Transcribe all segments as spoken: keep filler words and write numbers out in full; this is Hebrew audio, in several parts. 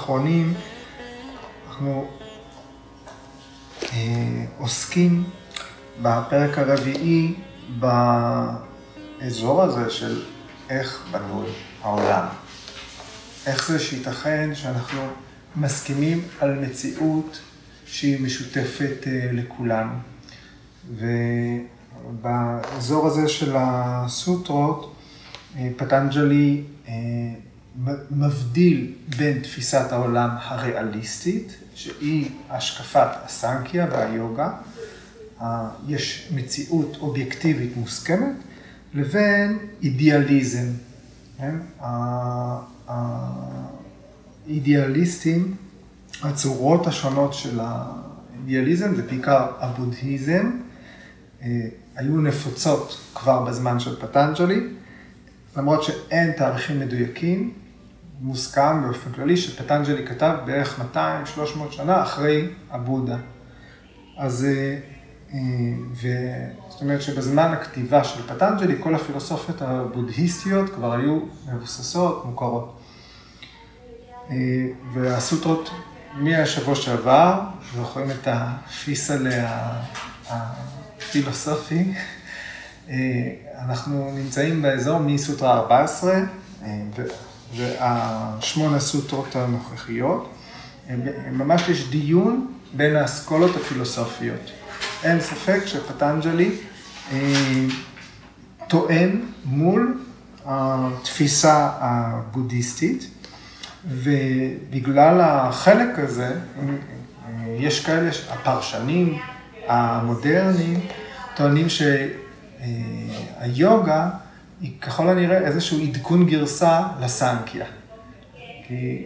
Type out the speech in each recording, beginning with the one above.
האחרונים אנחנו אה, עוסקים בפרק הרביעי באזור הזה של איך בנוי העולם. איך זה שייתכן שאנחנו מסכימים על מציאות שהיא משותפת אה, לכולנו. ובאזור הזה של הסוטרות, אה, פטנג'לי אה, מבדיל בין תפיסת העולם הריאליסטית, שהיא השקפת הסנקיה והיוגה, יש מציאות אובייקטיבית מוסכמת, לבין אידיאליזם. האידיאליסטים, הצורות השונות של האידיאליזם, זה בעיקר הבודהיזם, היו נפוצות כבר בזמן של פטנג'לי, למרות שאין תאריכים מדויקים, מוסכם באופן כללי שפטנג'לי כתב בערך מאתיים שלוש מאות שנה אחרי הבודה. אז, ו... זאת אומרת שבזמן הכתיבה של פטנג'לי, כל הפילוסופיות הבודהיסטיות כבר היו מבוססות, מוכרות. והסוטרות מהשבוע שעבר, זוכרים את הפיסלה הפילוסופי, אנחנו נמצאים באזור מסוטרה ארבע עשרה, והשמונה סוטרות הנוכחיות, ממש יש דיון בין האסכולות הפילוסופיות. אין ספק שפטנג'לי טוען מול התפיסה הבודהיסטית, ובגלל החלק הזה, יש כאלה, הפרשנים המודרניים, טוענים שהיוגה היא ככל הנראה איזשהו עדכון גרסה לסנקיה. כי,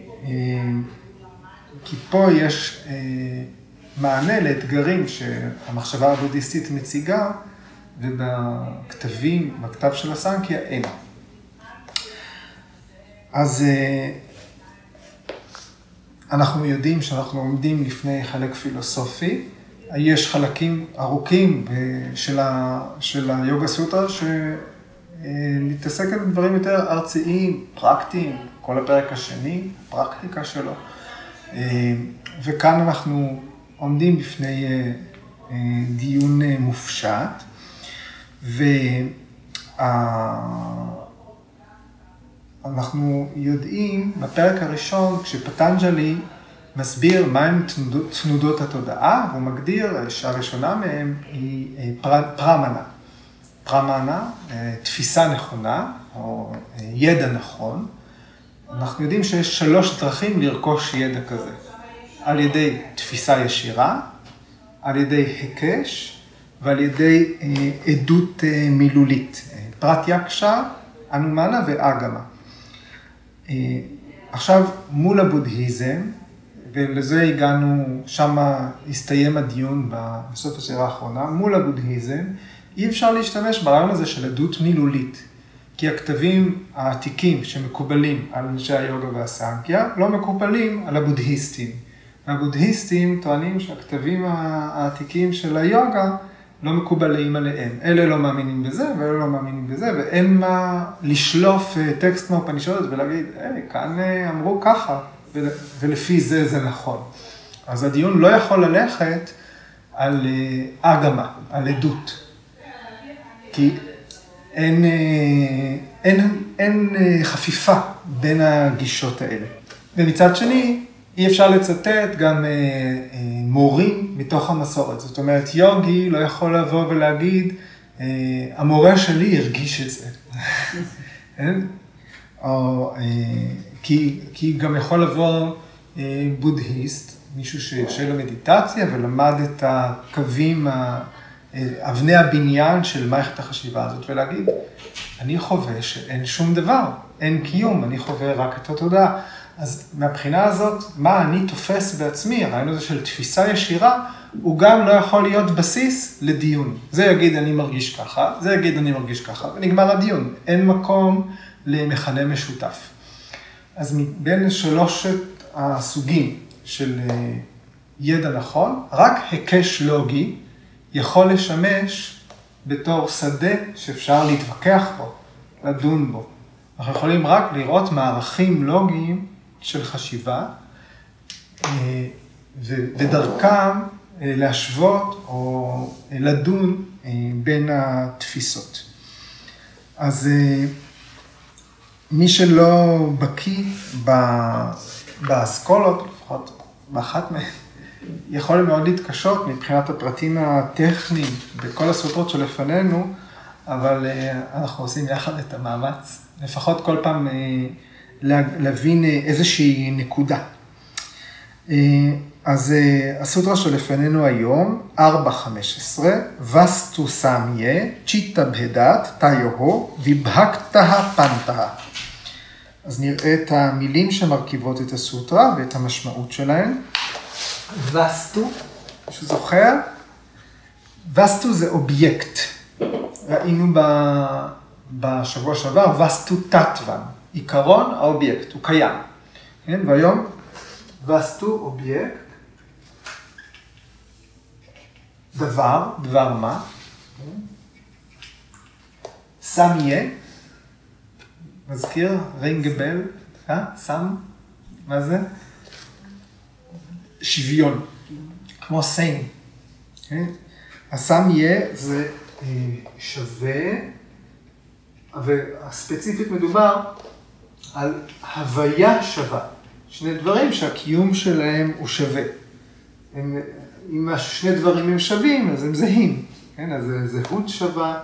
כי פה יש מענה לאתגרים שהמחשבה הבודהיסטית מציגה, ובכתבים, בכתב של הסנקיה, אין. אז אנחנו יודעים שאנחנו עומדים לפני חלק פילוסופי, יש חלקים ארוכים של, ה, של היוגה סוטרה שמתעסקת בדברים יותר ארציים, פרקטיים, כל הפרק השני, הפרקטיקה שלו. וכאן אנחנו עומדים בפני דיון מופשט, ואנחנו יודעים בפרק הראשון, כשפטנג'לי מסביר מהם תנודות התודעה, והוא מגדיר שהראשונה מהם היא פרמנה. פרמנה, תפיסה נכונה, או ידע נכון. אנחנו יודעים שיש שלוש דרכים לרכוש ידע כזה. על ידי תפיסה ישירה, על ידי היקש, ועל ידי עדות מילולית. פרט יקשה, אנומנה ואגמה. עכשיו, מול הבודהיזם, ולזה הגענו, שמה הסתיים הדיון בסוף הסדרה האחרונה, מול הבודהיזם, אי אפשר להשתמש ברעיון הזה של עדות מילולית, כי הכתבים העתיקים שמקובלים על אנשי היוגה והסנקיה, לא מקובלים על הבודהיסטים. והבודהיסטים טוענים שהכתבים העתיקים של היוגה לא מקובלים עליהם. אלה לא מאמינים בזה, ואלה לא מאמינים בזה, ואין מה לשלוף טקסט מהאופנישדות ולהגיד, היי, כאן אמרו ככה. ולפי זה זה נכון. אז הדיון לא יכול ללכת על אגמה, על עדות. כי אין, אין, אין חפיפה בין הגישות האלה. ומצד שני, אי אפשר לצטט גם מורים מתוך המסורת. זאת אומרת, יוגי לא יכול לבוא ולהגיד, המורה שלי הרגיש את זה. או... כי, כי גם יכול לבוא אה, בודהיסט, מישהו שיושב למדיטציה ולמד את הקווים, אה, אבני הבניין של מערכת החשיבה הזאת, ולהגיד, אני חווה שאין שום דבר, אין קיום, אני חווה רק את התודעה. אז מהבחינה הזאת, מה אני תופס בעצמי, הרעיון הזה של תפיסה ישירה, הוא גם לא יכול להיות בסיס לדיון. זה יגיד אני מרגיש ככה, זה יגיד אני מרגיש ככה, ונגמר הדיון. אין מקום למכנה משותף. אז מבין שלושת הסוגים של ידע נכון, רק היקש לוגי יכול לשמש בתור שדה שאפשר להתווכח בו, לדון בו. אנחנו יכולים רק לראות מערכים לוגיים של חשיבה, ודרכם להשוות או לדון בין התפיסות. אז מי שלא בקיא באסכולות, לפחות באחת מהן, יכול מאוד להתקשות מבחינת הפרטים הטכניים בכל הסוטרות שלפנינו, אבל אנחנו עושים יחד את המאמץ, לפחות כל פעם להבין איזושהי נקודה. אז הסוטרה שלפנינו היום, ארבע חמש עשרה, וסטו סמיה, צ'יטה בהדת, תיוהו, ויבהקתה פנתה. אז נראה את המילים שמרכיבות את הסוטרה ואת המשמעות שלהן. וסטו, מישהו זוכר? וסטו זה אובייקט. ראינו בשבוע שעבר, וסטו תתוון. עיקרון האובייקט, הוא קיים. כן? והיום, וסטו אובייקט, דבר, דבר מה? סמיה, מזכיר, רינגבל, אה? סם, מה זה? שוויון, כמו סיין. הסמיה זה שווה, והספציפית מדובר על הוויה שווה. שני דברים שהקיום שלהם הוא שווה. הם, אם שני דברים הם שווים, אז הם זהים. כן? אז זה זהות שווה.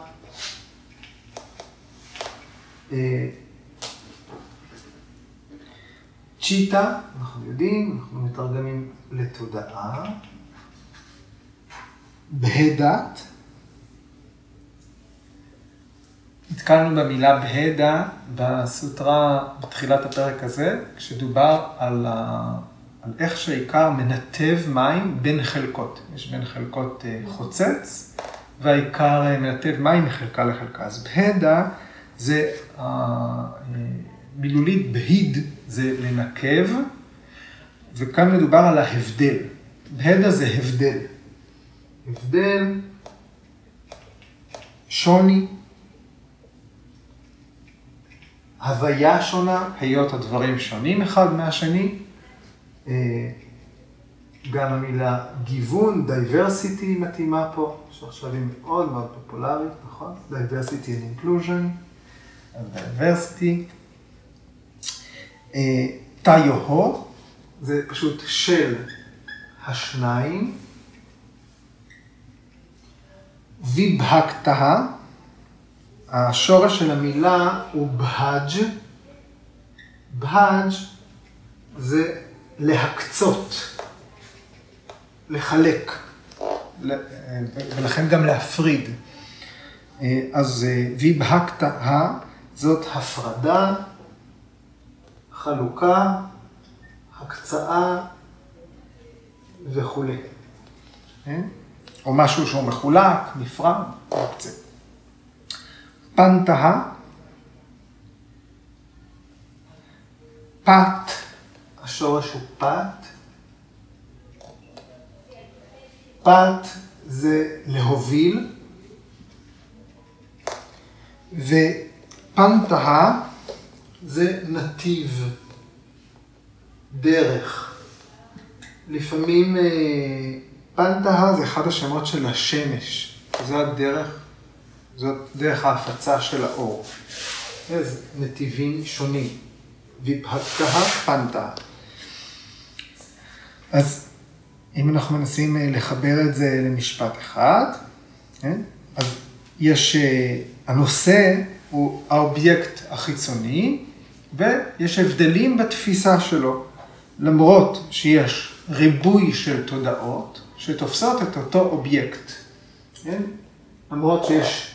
צ'יטה, אנחנו יודעים, אנחנו מתרגמים לתודעה. בהדת. התקלנו במילה בהדה בסוטרה בתחילת הפרק הזה, כשדובר על, ה... על איך שהעיקר מנתב מים בין חלקות. יש בין חלקות חוצץ, והעיקר מנתב מים מחלקה לחלקה. אז בהדה זה מילולית בהיד, זה לנקב, וכאן מדובר על ההבדל. בהדה זה הבדל. הבדל, שוני, הוויה שונה, היות הדברים שונים אחד מהשני. גם המילה גיוון, diversity מתאימה פה, שעכשיו היא מאוד מאוד פופולרית, נכון? diversity and inclusion, diversity. תיוהו, זה פשוט של השניים. ויבהקתה, השורש של המילה הוא בהג'. בהג' זה להקצות, לחלק, ולכן גם להפריד. אז ויבהקתה זאת הפרדה, חלוקה, הקצאה וכו'. או משהו שהוא מחולק, נפרד, מוקצה. פנתה, פת, השורש הוא פת. פת זה להוביל, ופנתה זה נתיב, דרך. לפעמים פנתה זה אחד השמות של השמש, זה הדרך, זאת דרך ההפצה של האור. אז נתיבים שונים. ויבהקתה פנתה. אז אם אנחנו מנסים לחבר את זה למשפט אחד, אז יש, הנושא הוא האובייקט החיצוני, ויש הבדלים בתפיסה שלו, למרות שיש ריבוי של תודעות שתופסות את אותו אובייקט. למרות שיש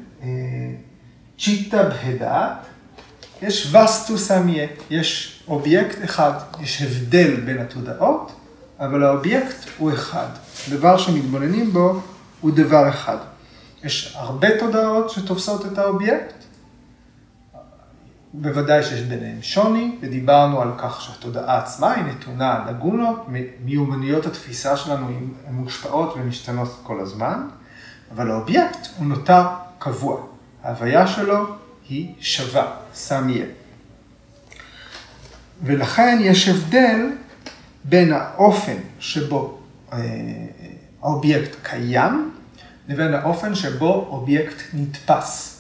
צ'יטה בהדת, יש וסטו סמיה, יש אובייקט אחד, יש הבדל בין התודעות, אבל האובייקט הוא אחד. דבר שמתבוננים בו הוא דבר אחד. יש הרבה תודעות שתופסות את האובייקט, בוודאי שיש ביניהם שוני, ודיברנו על כך שהתודעה עצמה היא נתונה לגונות, מיומנויות התפיסה שלנו הן מושפעות ומשתנות כל הזמן, אבל האובייקט הוא נותר קבוע. ההוויה שלו היא שווה, סמיה. ולכן יש הבדל בין האופן שבו האובייקט קיים, לבין האופן שבו אובייקט נתפס.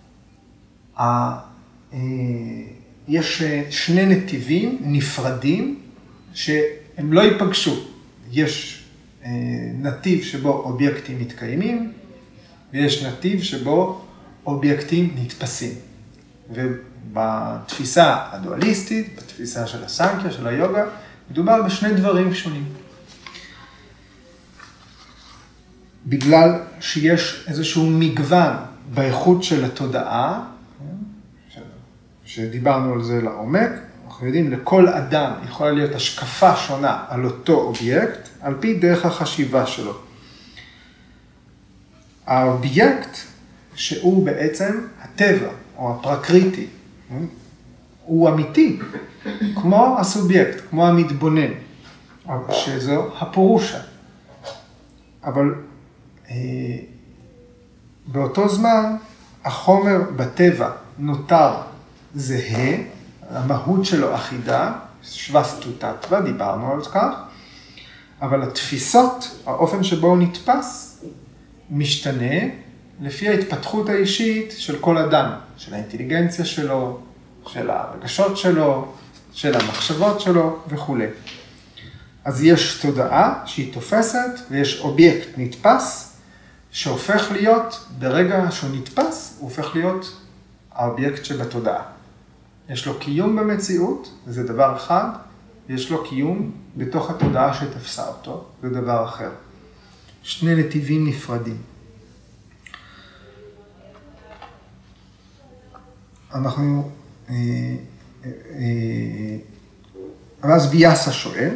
יש שני נתיבים נפרדים שהם לא ייפגשו. יש נתיב שבו אובייקטים מתקיימים, ויש נתיב שבו אובייקטים נתפסים. ובתפיסה הדואליסטית, בתפיסה של הסנקיה, של היוגה, מדובר בשני דברים שונים. בגלל שיש איזשהו מגוון באיכות של התודעה, שדיברנו על זה לעומק, אנחנו יודעים, לכל אדם יכולה להיות השקפה שונה על אותו אובייקט, על פי דרך החשיבה שלו. האובייקט שהוא בעצם הטבע, או הפרקריטי, הוא אמיתי, כמו הסובייקט, כמו המתבונן, שזו הפורושה. אבל אה, באותו זמן, החומר בטבע נותר זהה, המהות שלו אחידה, שווסטוטטווה, דיברנו על כך, אבל התפיסות, האופן שבו הוא נתפס, משתנה לפי ההתפתחות האישית של כל אדם, של האינטליגנציה שלו, של הרגשות שלו, של המחשבות שלו וכו'. אז יש תודעה שהיא תופסת, ויש אובייקט נתפס, שהופך להיות, ברגע שהוא נתפס, הוא הופך להיות האובייקט שבתודעה. יש לו קיום במציאות, זה דבר אחד, ויש לו קיום בתוך התודעה שתפסה אותו, זה דבר אחר. שני נתיבים נפרדים. אנחנו, ואז ויאסה שואל,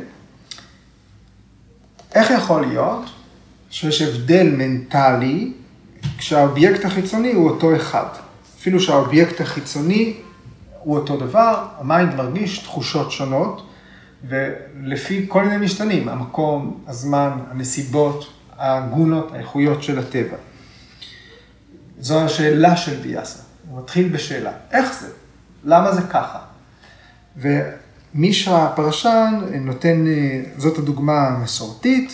איך יכול להיות שיש הבדל מנטלי כשהאובייקט החיצוני הוא אותו אחד? אפילו שהאובייקט החיצוני הוא אותו דבר, המיינד מרגיש תחושות שונות, ולפי כל מיני משתנים, המקום, הזמן, הנסיבות, הגונות, האיכויות של הטבע. זו השאלה של ויאסה. הוא מתחיל בשאלה, איך זה? למה זה ככה? ומישרא הפרשן נותן, זאת הדוגמה המסורתית,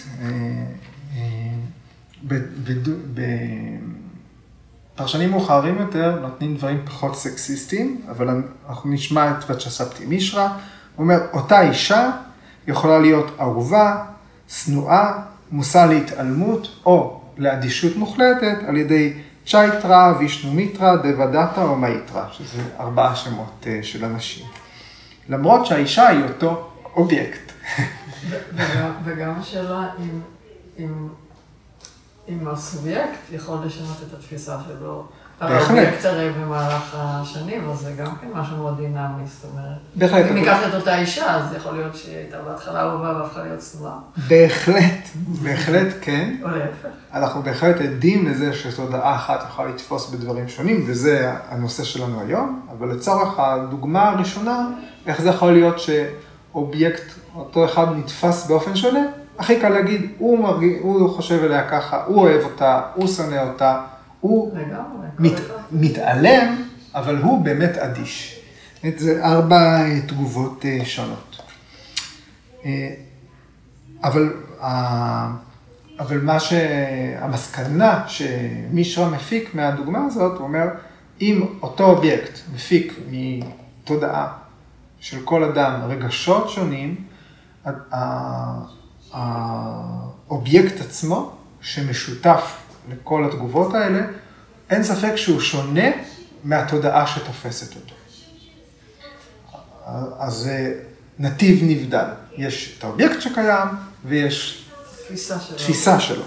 בפרשנים מאוחרים יותר נותנים דברים פחות סקסיסטיים, אבל אנחנו נשמע את וצ'ספטי מישרא, הוא אומר, אותה אישה יכולה להיות אהובה, שנואה, מושא להתעלמות או לאדישות מוחלטת על ידי צ'ייטרה, וישנו מיטרה, דוודאטה או מאיטרה, שזה ארבעה שמות של אנשים. למרות שהאישה היא אותו אובייקט. וגם השאלה אם, אם הסובייקט יכול לשנות את התפיסה שלו. האובייקט הרי במהלך השנים, אז זה גם כן משהו מאוד דינמי, זאת אומרת. בהחלט. אם ניקח את אותה אישה, אז יכול להיות שהיא הייתה בהתחלה אהובה והפכה להיות שנואה. בהחלט, בהחלט כן. או להפך. אנחנו בהחלט עדים לזה שתודעה אחת יכולה לתפוס בדברים שונים, וזה הנושא שלנו היום, אבל לצורך הדוגמה הראשונה, איך זה יכול להיות שאובייקט, אותו אחד נתפס באופן שונה, הכי קל להגיד, הוא, מרגיש, הוא חושב אליה ככה, הוא אוהב אותה, הוא שונא אותה, הוא מת, מתעלם, אבל הוא באמת אדיש. זה ארבע תגובות שונות. אבל, אבל מה שהמסקנה שמישרא מפיק מהדוגמה הזאת, הוא אומר, אם אותו אובייקט מפיק מתודעה של כל אדם רגשות שונים, האובייקט עצמו שמשותף לכל התגובות האלה, אין ספק שהוא שונה מהתודעה שתופסת אותו. אז זה נתיב נבדל. יש את האובייקט שקיים ויש תפיסה שלו. תפיסה שלו.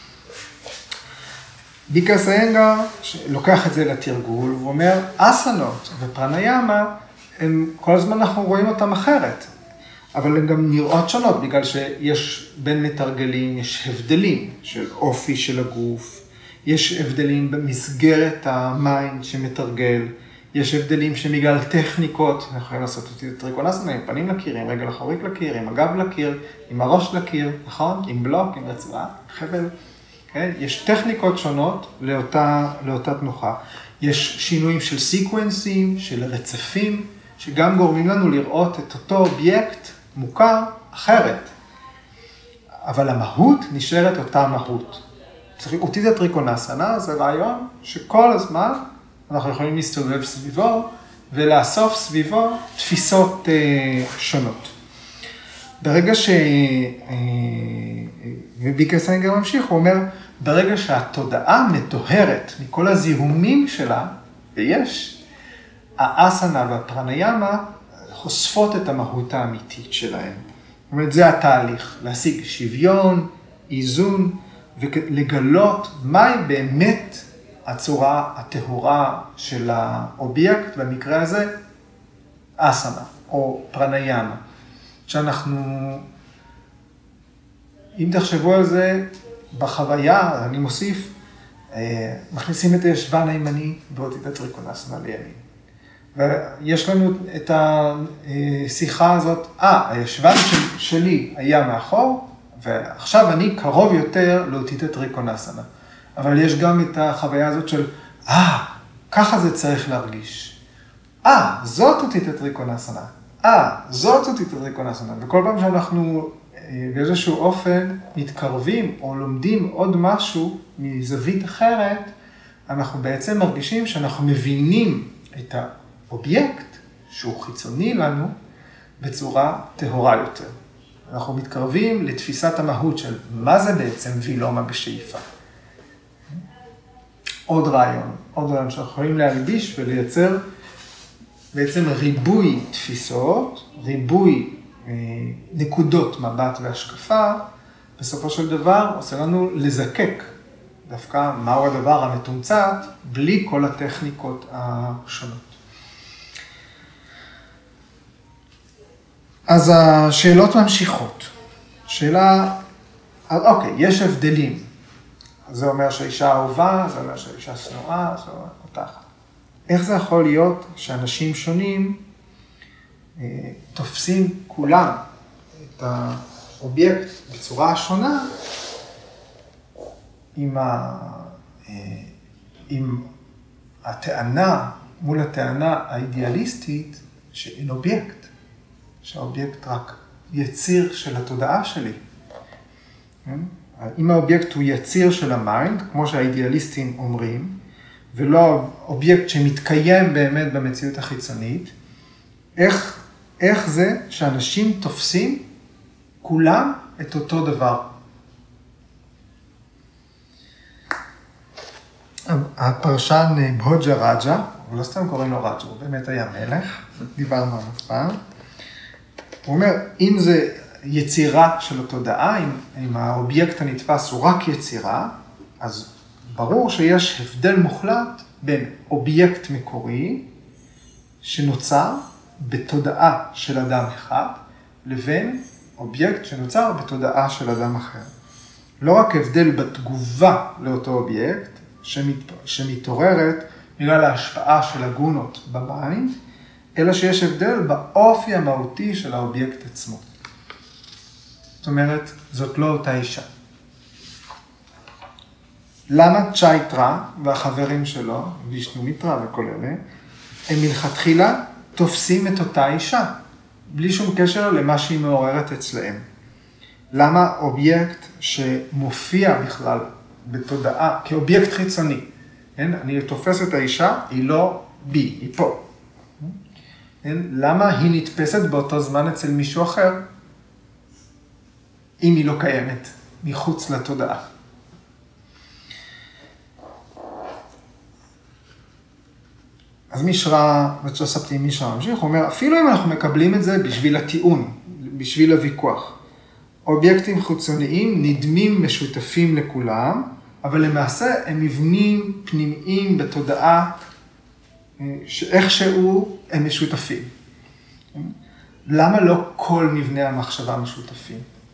ביקאס איינגר לוקח את זה לתרגול ואומר, אסנות ופרניאמה, הם, כל הזמן אנחנו רואים אותם אחרת. אבל הן גם נראות שונות, בגלל שיש בין מתרגלים, יש הבדלים של אופי של הגוף, יש הבדלים במסגרת המיינד שמתרגל, יש הבדלים שבגלל טכניקות, אנחנו יכולים לעשות אותי טריקונסנה, עם פנים לקיר, עם רגל אחורית לקיר, עם הגב לקיר, עם הראש לקיר, נכון? עם בלוק, עם רצועה, חבל. כן? יש טכניקות שונות לאותה, לאותה תנוחה. יש שינויים של סיקוונסים, של רצפים, שגם גורמים לנו לראות את אותו אובייקט מוכר אחרת. אבל המהות נשארת אותה מהות. אותיתא טריקונסנה זה רעיון שכל הזמן אנחנו יכולים להסתובב סביבו ולאסוף סביבו תפיסות אה, שונות. ברגע ש... אה, וביקר סיינגר ממשיך, הוא אומר, ברגע שהתודעה מטוהרת מכל הזיהומים שלה, ויש, האסנה והפרניאמה חושפות את המהות האמיתית שלהם. זאת אומרת, זה התהליך, להשיג שוויון, איזון, ולגלות מהי באמת הצורה הטהורה של האובייקט, במקרה הזה, אסנה או פרניאמה. שאנחנו, אם תחשבו על זה, בחוויה, אני מוסיף, מכניסים את הישבן הימני באותיתא טריקונסנה לימין. ויש לנו את השיחה הזאת, אה, הישבן של, שלי היה מאחור, ועכשיו אני קרוב יותר לאותיתא טריקונסנה. אבל יש גם את החוויה הזאת של, אה, ככה זה צריך להרגיש. אה, זאת אותיתא טריקונסנה. אה, זאת אותיתא טריקונסנה. וכל פעם שאנחנו באיזשהו אופן מתקרבים או לומדים עוד משהו מזווית אחרת, אנחנו בעצם מרגישים שאנחנו מבינים את האובייקט שהוא חיצוני לנו בצורה טהורה יותר. אנחנו מתקרבים לתפיסת המהות של מה זה בעצם וילומה בשאיפה. עוד רעיון, עוד רעיון שאנחנו יכולים להלביש ולייצר בעצם ריבוי תפיסות, ריבוי אה, נקודות מבט והשקפה, בסופו של דבר עושה לנו לזקק דווקא מהו הדבר המתומצת, בלי כל הטכניקות השונות. אז השאלות ממשיכות. שאלה, אוקיי, יש הבדלים. זה אומר שהאישה אהובה, זה אומר שהאישה שנואה, זה אומר אותך. איך זה יכול להיות שאנשים שונים אה, תופסים כולם את האובייקט בצורה השונה עם, ה, אה, עם הטענה, מול הטענה האידיאליסטית שאין אובייקט, שהאובייקט רק יציר של התודעה שלי. אם האובייקט הוא יציר של המיינד, כמו שהאידיאליסטים אומרים, ולא אובייקט שמתקיים באמת במציאות החיצונית, איך, איך זה שאנשים תופסים כולם את אותו דבר? הפרשן בהוג'ה רג'ה, הוא לא סתם קוראים לו רג'ה, הוא באמת היה מלך, דיברנו עליו פעם. הוא אומר, אם זה יצירה של התודעה, אם, אם האובייקט הנתפס הוא רק יצירה, אז ברור שיש הבדל מוחלט בין אובייקט מקורי שנוצר בתודעה של אדם אחד, לבין אובייקט שנוצר בתודעה של אדם אחר. לא רק הבדל בתגובה לאותו אובייקט, שמת, שמתעוררת בגלל ההשפעה של הגונות במיינד, אלא שיש הבדל באופי המהותי של האובייקט עצמו. זאת אומרת, זאת לא אותה אישה. למה צ'ייטרה והחברים שלו, וישנו מיטרה וכל אלה, הם מלכתחילה תופסים את אותה אישה, בלי שום קשר למה שהיא מעוררת אצלהם. למה אובייקט שמופיע בכלל בתודעה, כאובייקט חיצוני, כן? אני תופס את האישה, היא לא בי, היא פה. כן? למה היא נתפסת באותו זמן אצל מישהו אחר, אם היא לא קיימת, מחוץ לתודעה? אז מישרה, וצ'וספטי מישרה ממשיך, הוא אומר, אפילו אם אנחנו מקבלים את זה בשביל הטיעון, בשביל הוויכוח, אובייקטים חיצוניים נדמים משותפים לכולם, אבל למעשה הם מבנים פנימיים בתודעה, שאיכשהו הם משותפים. למה לא כל מבני המחשבה משותפים?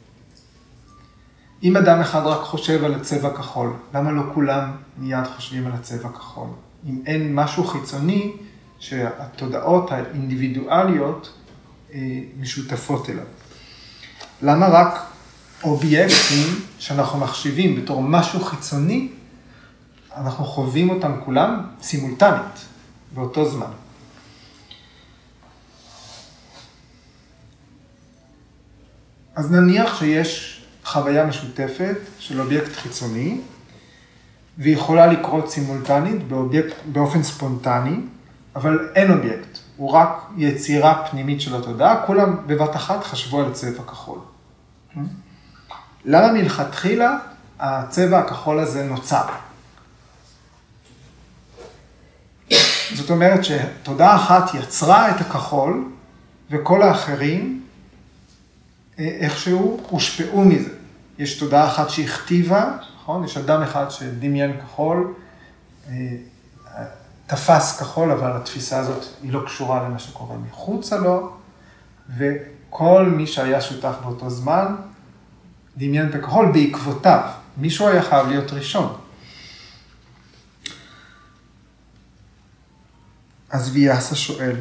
אם אדם אחד רק חושב על הצבע כחול, למה לא כולם מיד חושבים על הצבע כחול? אם אין משהו חיצוני שהתודעות האינדיבידואליות משותפות אליו. למה רק אובייקטים שאנחנו מחשיבים בתור משהו חיצוני, אנחנו חווים אותם כולם סימולטנית, באותו זמן. אז נניח שיש חוויה משותפת של אובייקט חיצוני, והיא יכולה לקרות סימולטנית באובייקט, באופן ספונטני, אבל אין אובייקט, הוא רק יצירה פנימית של התודעה, כולם בבת אחת חשבו על צבע כחול. למה מלכתחילה הצבע הכחול הזה נוצר? זאת אומרת שתודעה אחת יצרה את הכחול, וכל האחרים איכשהו הושפעו מזה. יש תודעה אחת שהכתיבה, נכון? יש אדם אחד שדמיין כחול, תפס כחול, אבל התפיסה הזאת היא לא קשורה למה שקורה מחוצה לו, וכל מי שהיה שותף באותו זמן, דמיין את הכחול בעקבותיו. מישהו היה חייב להיות ראשון. אז ויאסה שואל,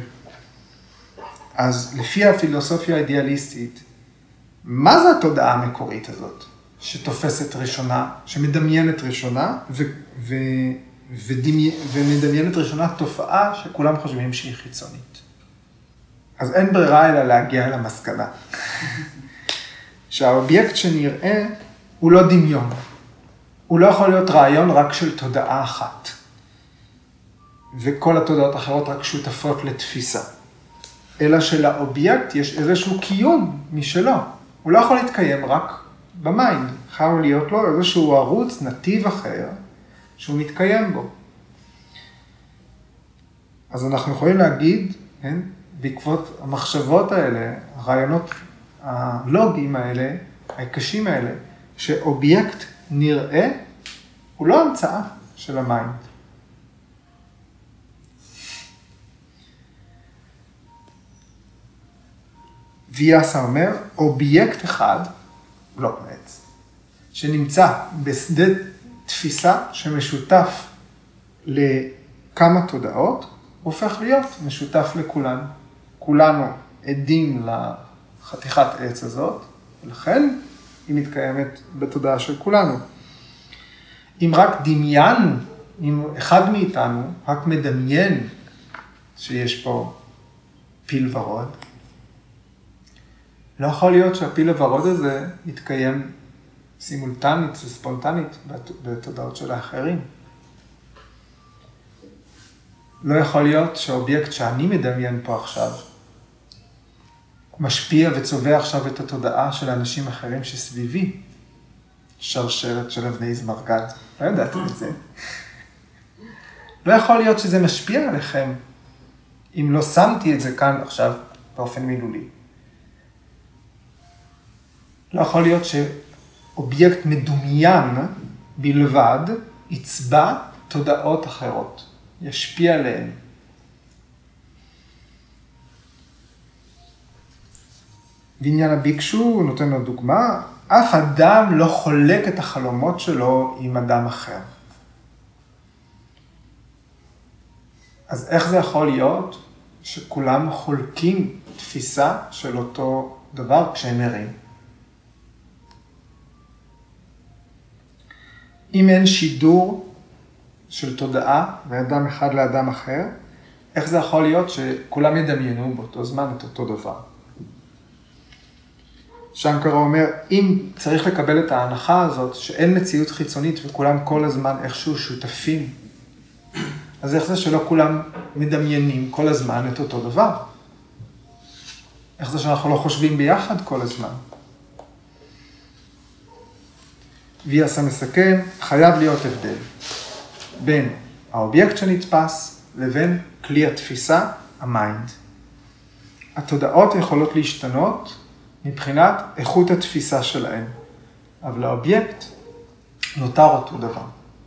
אז לפי הפילוסופיה האידיאליסטית, מה זה התודעה המקורית הזאת, שתופסת ראשונה, שמדמיינת ראשונה, ו- ו- ודמי- ומדמיינת ראשונה תופעה שכולם חושבים שהיא חיצונית. אז אין ברירה אלא להגיע למסקנה. שהאובייקט שנראה הוא לא דמיון. הוא לא יכול להיות רעיון רק של תודעה אחת. וכל התודעות האחרות רק שותפות לתפיסה. אלא שלאובייקט יש איזשהו קיום משלו. הוא לא יכול להתקיים רק במיינד. חייב להיות לו איזשהו ערוץ, נתיב אחר, שהוא מתקיים בו. אז אנחנו יכולים להגיד, כן, בעקבות המחשבות האלה, הרעיונות הלוגיים האלה, הקשים האלה, שאובייקט נראה, הוא לא המצאה של המיינד. ויאסה אומר, אובייקט אחד, לא עץ, שנמצא בשדה תפיסה שמשותף לכמה תודעות, הופך להיות משותף לכולנו. כולנו עדים לחתיכת עץ הזאת, ולכן היא מתקיימת בתודעה של כולנו. אם רק דמיינו, אם אחד מאיתנו רק מדמיין שיש פה פיל ורוד, לא יכול להיות שהפיל הוורוד הזה יתקיים סימולטנית וספונטנית בתודעות של האחרים. לא יכול להיות שהאובייקט שאני מדמיין פה עכשיו, משפיע וצובע עכשיו את התודעה של האנשים אחרים שסביבי. שרשרת של אבני זמרגל. לא ידעתם את זה. לא יכול להיות שזה משפיע עליכם, אם לא שמתי את זה כאן עכשיו באופן מילולי. לא יכול להיות שאובייקט מדומיין בלבד יצבע תודעות אחרות, ישפיע עליהן. בעניין הביקשו, הוא נותן לו דוגמה, אף אדם לא חולק את החלומות שלו עם אדם אחר. אז איך זה יכול להיות שכולם חולקים תפיסה של אותו דבר כשהם ערים? אם אין שידור של תודעה מאדם אחד לאדם אחר, איך זה יכול להיות שכולם ידמיינו באותו זמן את אותו דבר? שנקרה אומר, אם צריך לקבל את ההנחה הזאת שאין מציאות חיצונית וכולם כל הזמן איכשהו שותפים, אז איך זה שלא כולם מדמיינים כל הזמן את אותו דבר? איך זה שאנחנו לא חושבים ביחד כל הזמן? ויאסה מסכם, חייב להיות הבדל בין האובייקט שנתפס לבין כלי התפיסה, המיינד. התודעות יכולות להשתנות מבחינת איכות התפיסה שלהן, אבל האובייקט נותר אותו דבר.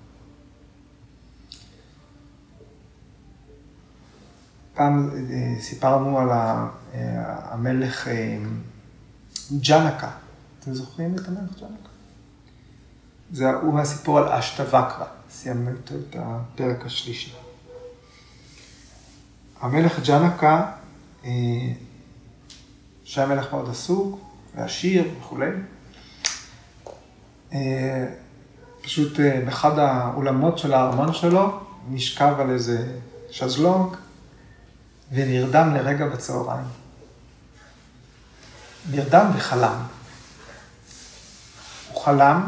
פעם סיפרנו על המלך ג'נקה. אתם זוכרים את המלך ג'נקה? זה הוא הסיפור על אשטווקרה, סיימנו איתו את הפרק השלישי. המלך ג'נקה, שהיה מלך מאוד עסוק, ועשיר וכו'. פשוט באחד האולמות של הארמון שלו, נשכב על איזה שזלונג, ונרדם לרגע בצהריים. נרדם וחלם. חלם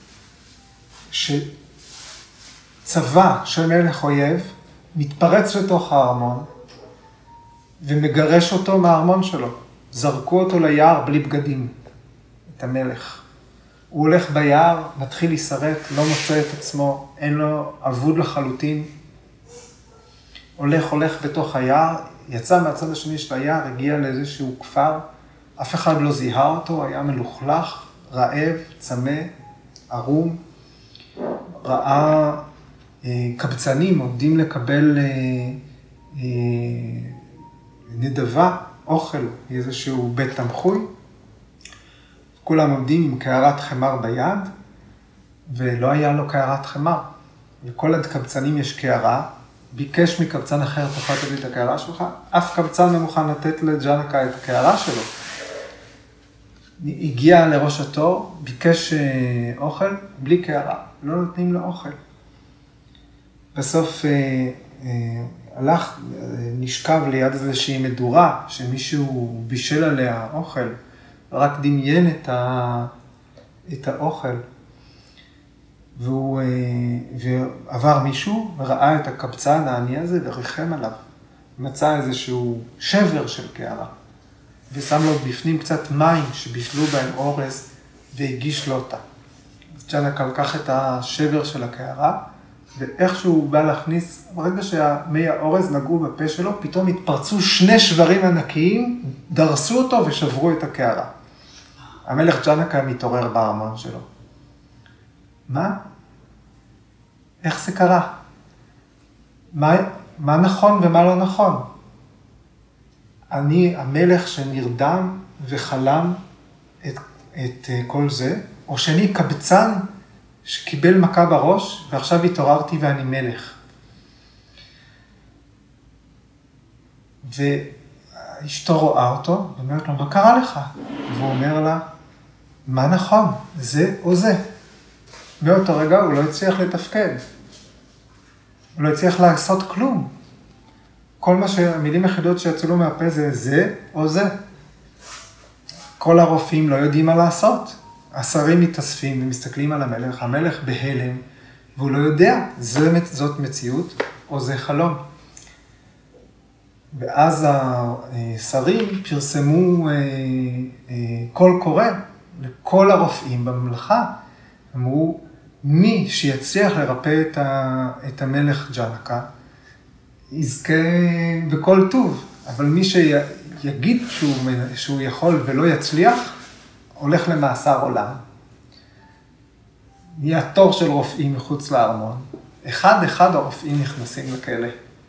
שצבא של מלך אויב מתפרץ לתוך הארמון ומגרש אותו מהארמון שלו. זרקו אותו ליער בלי בגדים, את המלך. הוא הולך ביער, מתחיל להישרט, לא מוצא את עצמו, אין לו אבוד לחלוטין. הולך, הולך בתוך היער, יצא מהצד השני של היער, הגיע לאיזשהו כפר, אף אחד לא זיהה אותו, היה מלוכלך, רעב, צמא, ערום. ראה אה, קבצנים עומדים לקבל אה, אה, נדבה, אוכל, איזשהו בית תמחוי. כולם עומדים עם קערת חמר ביד, ולא היה לו קערת חמר. לכל הקבצנים יש קערה, ביקש מקבצן אחר, תוכל תביא את הקערה שלך, אף קבצן לא מוכן לתת לג'אנקה את הקערה שלו. הגיע לראש התור, ביקש אוכל, בלי קערה, לא נותנים לו אוכל. בסוף אה, אה, הלך, נשכב ליד איזושהי מדורה, שמישהו בישל עליה אוכל, רק דמיין את, ה, את האוכל. והוא ועבר מישהו וראה את הקבצן העני הזה וריחם עליו. מצא איזשהו שבר של קערה, ושם לו בפנים קצת מים שבישלו בהם אורז, והגיש לו אותה. אז ג'אנקה לקח את השבר של הקערה, ואיכשהו הוא בא להכניס, ברגע שמי האורז נגעו בפה שלו, פתאום התפרצו שני שברים ענקיים, דרסו אותו ושברו את הקערה. המלך ג'אנקה מתעורר בארמון שלו. מה? איך זה קרה? מה, מה נכון ומה לא נכון? אני המלך שנרדם וחלם את, את כל זה, או שאני קבצן שקיבל מכה בראש ועכשיו התעוררתי ואני מלך. ואשתו רואה אותו ואומרת לו, מה קרה לך? והוא אומר לה, מה נכון? זה או זה? באותו רגע הוא לא הצליח לתפקד. הוא לא הצליח לעשות כלום. כל מה שהמילים היחידות שיצאו לו מהפה זה זה או זה. כל הרופאים לא יודעים מה לעשות. השרים מתאספים ומסתכלים על המלך, המלך בהלם, והוא לא יודע, זאת מציאות או זה חלום. ואז השרים פרסמו קול קורא לכל הרופאים בממלכה. אמרו, מי שיצליח לרפא את, ה, את המלך ג'אנקה, יזכה בכל טוב. אבל מי שיגיד שהוא, שהוא יכול ולא יצליח, הולך למאסר עולם. נהיה תור של רופאים מחוץ לארמון. אחד אחד הרופאים נכנסים לכלא.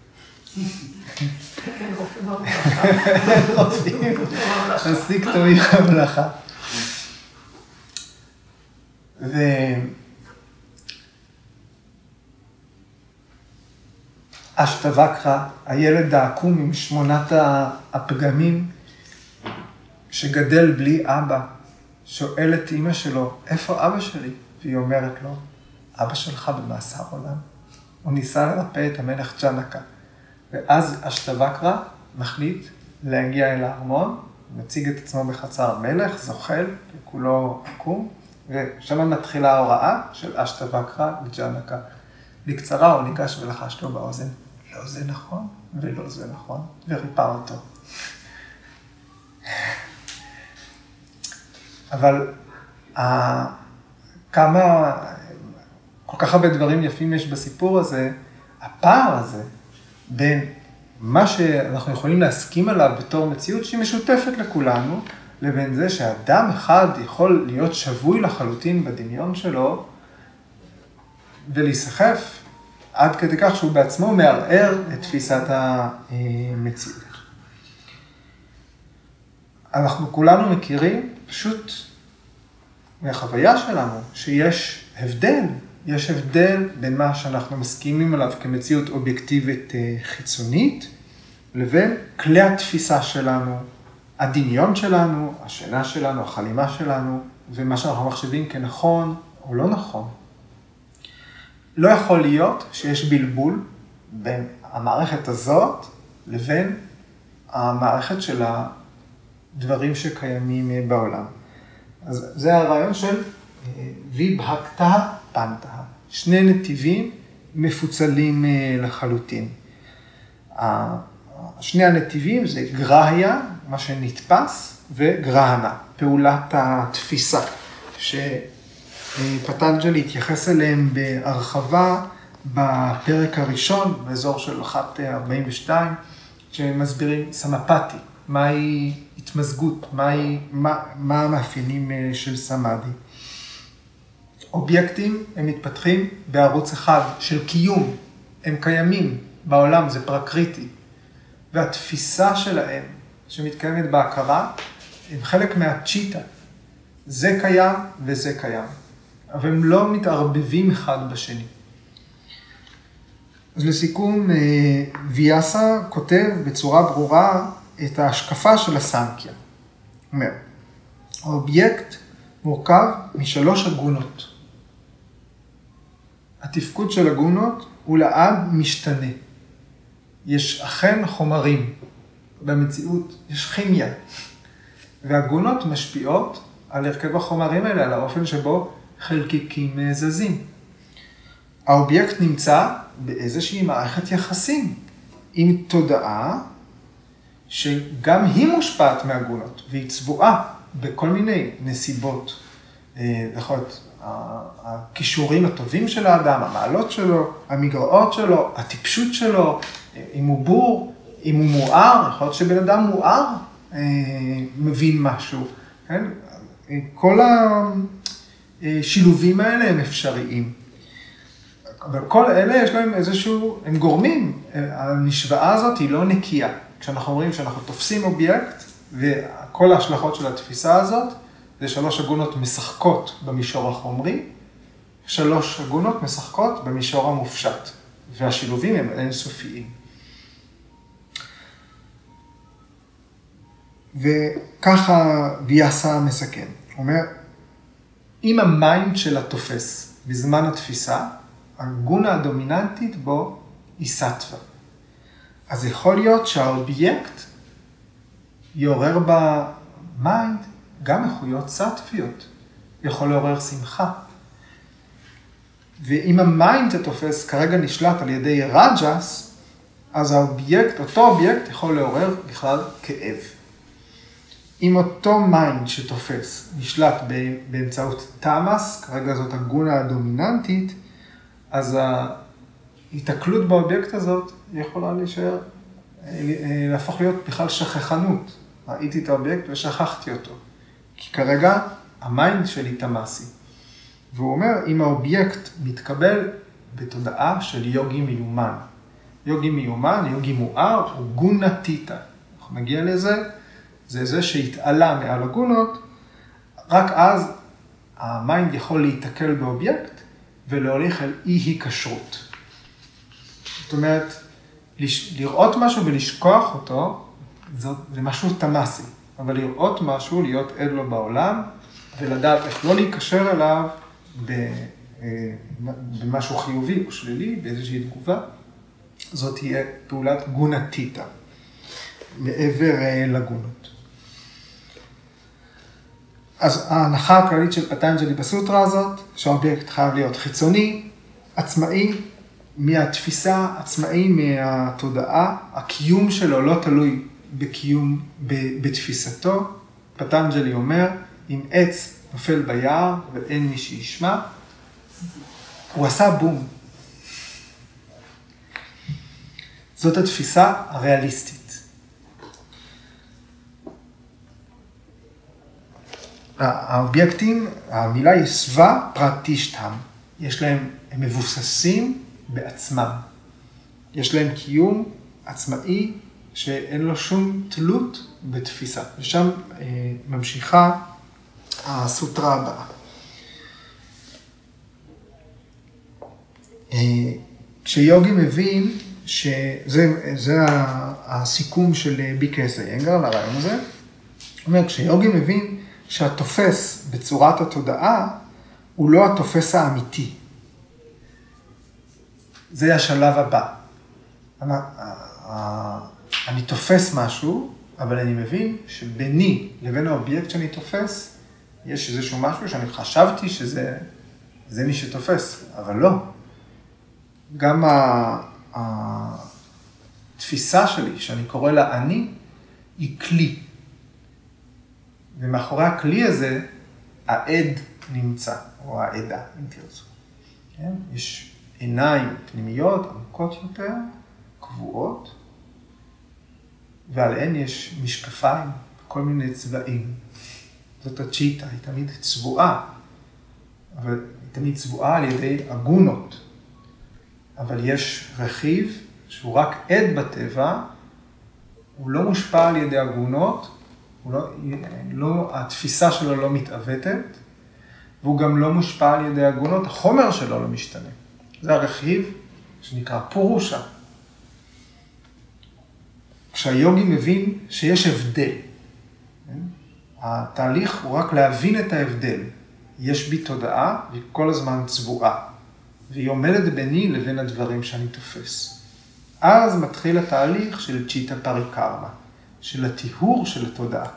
כן, רופאים במלאכה. רופאים, תסיק תמיד במלאכה. ואשתווקרה, הילד העקום עם שמונת הפגמים, שגדל בלי אבא, שואל את אמא שלו, איפה אבא שלי? והיא אומרת לו, אבא שלך במאסר עולם. הוא ניסה לרפא את המלך ג'אנקה. ואז אשתווקרה מחליט להגיע אל הארמון, מציג את עצמו בחצר המלך, זוחל, כולו עקום, ושם מתחילה ההוראה של אשתווקרה לג'אנקה. בקצרה הוא ניגש ולחש לו באוזן, לא זה נכון ולא זה נכון, וריפא אותו. אבל כמה, כל כך הרבה דברים יפים יש בסיפור הזה, הפער הזה בין מה שאנחנו יכולים להסכים עליו בתור מציאות שהיא משותפת לכולנו, לבין זה שאדם אחד יכול להיות שבוי לחלוטין בדמיון שלו, ולהיסחף עד כדי כך שהוא בעצמו מערער את תפיסת המציאות. אנחנו כולנו מכירים פשוט מהחוויה שלנו שיש הבדל, יש הבדל בין מה שאנחנו מסכימים עליו כמציאות אובייקטיבית חיצונית, לבין כלי התפיסה שלנו, הדמיון שלנו, השינה שלנו, החלימה שלנו, ומה שאנחנו מחשבים כנכון או לא נכון. לא יכול להיות שיש בלבול בין המערכת הזאת לבין המערכת של הדברים שקיימים בעולם. אז זה הרעיון של ויבהקתא פנתא. שני נתיבים מפוצלים לחלוטין. שני הנתיבים זה גרהיה, מה שנתפס, וגרהנה, פעולת התפיסה, שפטנג'לי התייחס אליהם בהרחבה בפרק הראשון, באזור של אחת ארבעים ושתיים, שמסבירים סמפתי, מהי התמזגות, מהי, מה, מה המאפיינים של סמאדי. אובייקטים הם מתפתחים בערוץ אחד של קיום, הם קיימים בעולם, זה פרקריטי, והתפיסה שלהם שמתקיימת בהכרה, הם חלק מהצ'יטה, זה קיים וזה קיים, אבל הם לא מתערבבים אחד בשני. אז לסיכום, ויאסה כותב בצורה ברורה את ההשקפה של הסנקיה. הוא אומר, האובייקט מורכב משלוש אגונות. התפקוד של אגונות הוא לעד משתנה. יש אכן חומרים, במציאות יש כימיה, והאגונות משפיעות על הרכב החומרים האלה, על האופן שבו חלקיקים זזים. האובייקט נמצא באיזושהי מערכת יחסים עם תודעה שגם היא מושפעת מהגונות, והיא צבועה בכל מיני נסיבות. יכול להיות, הכישורים הטובים של האדם, המעלות שלו, המגרעות שלו, הטיפשות שלו, אם הוא בור, אם הוא מואר, יכול להיות שבן אדם מואר מבין משהו. כן? כל השילובים האלה הם אפשריים. אבל כל אלה יש להם איזשהו, הם גורמים, המשוואה הזאת היא לא נקייה. כשאנחנו אומרים שאנחנו תופסים אובייקט, וכל ההשלכות של התפיסה הזאת, זה שלוש אגונות משחקות במישור החומרי, שלוש אגונות משחקות במישור המופשט, והשילובים הם אינסופיים. וככה ויאסה מסכם. הוא אומר, אם המיינד שלה תופס בזמן התפיסה, הגונה הדומיננטית בו היא סטווה. אז יכול להיות שהאובייקט יעורר במיינד גם איכויות סטוויות. יכול לעורר שמחה. ואם המיינד תופס כרגע נשלט על ידי רג'ס, אז האובייקט, אותו אובייקט יכול לעורר בכלל כאב. אם אותו מיינד שתופס נשלט באמצעות תמאס, כרגע זאת הגונה הדומיננטית, אז ההתקלות באובייקט הזאת יכולה להישאר, להפוך להיות בכלל שכחנות. ראיתי את האובייקט ושכחתי אותו. כי כרגע המיינד שלי תמאסי. והוא אומר, אם האובייקט מתקבל בתודעה של יוגי מיומן. יוגי מיומן, יוגי מואר, הוא גונה טיטה. אנחנו נגיע לזה, זה זה שהתעלה מעל הגונות, רק אז המיינד יכול להתקל באובייקט ולהוליך אל אי-היקשרות. זאת אומרת, לראות משהו ולשכוח אותו, זה משהו תמאסי. אבל לראות משהו, להיות עד לו בעולם, ולדעת איך לא להיקשר אליו במשהו חיובי או שלילי, באיזושהי תגובה, זאת תהיה פעולת גונה טיטה, מעבר לגונות. אז ההנחה הכללית של פטנג'לי בסוטרה הזאת, שהאובייקט חייב להיות חיצוני, עצמאי, מהתפיסה, עצמאי מהתודעה, הקיום שלו לא תלוי בקיום, בתפיסתו. פטנג'לי אומר, אם עץ נופל ביער ואין מי שישמע, הוא עשה בום. זאת התפיסה הריאליסטית. האובייקטים, המילה היא סווה פרטישטהם. יש להם, הם מבוססים בעצמם. יש להם קיום עצמאי שאין לו שום תלות בתפיסה. ושם אה, ממשיכה הסוטרה הבאה. אה, כשיוגי מבין שזה זה הסיכום של בי קי אס איינגר לרעיון הזה, הוא אומר, כשיוגי מבין שהתופס בצורת התודעה הוא לא התופס האמיתי. זה השלב הבא. אני תופס משהו, אבל אני מבין שביני לבין האובייקט שאני תופס, יש איזשהו משהו שאני חשבתי שזה זה מי שתופס, אבל לא. גם התפיסה שלי, שאני קורא לה אני, היא כלי. ומאחורי הכלי הזה, העד נמצא, או העדה, אם תרצו. כן? יש עיניים פנימיות, עמוקות יותר, קבועות, ועליהן יש משקפיים, כל מיני צבעים. זאת הצ'יטה, היא תמיד צבועה, אבל היא תמיד צבועה על ידי אגונות. אבל יש רכיב שהוא רק עד בטבע, הוא לא מושפע על ידי אגונות, הוא לא, לא, התפיסה שלו לא מתעוותת, והוא גם לא מושפע על ידי אגונות, החומר שלו לא משתנה. זה הרכיב שנקרא פורושה. כשהיוגי מבין שיש הבדל, התהליך הוא רק להבין את ההבדל. יש בי תודעה, והיא כל הזמן צבועה, והיא עומדת ביני לבין הדברים שאני תופס. אז מתחיל התהליך של צ'יטה פריקרמה, של הטיהור של התודעה.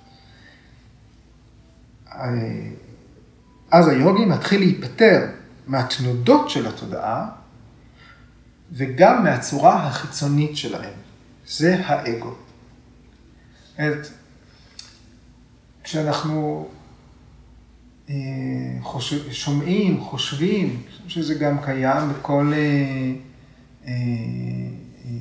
אז היוגי מתחיל להיפטר מהתנודות של התודעה, וגם מהצורה החיצונית שלהם. זה האגו. את, כשאנחנו אה, חושב, שומעים, חושבים, שזה גם קיים בכל, אה, אה, אה,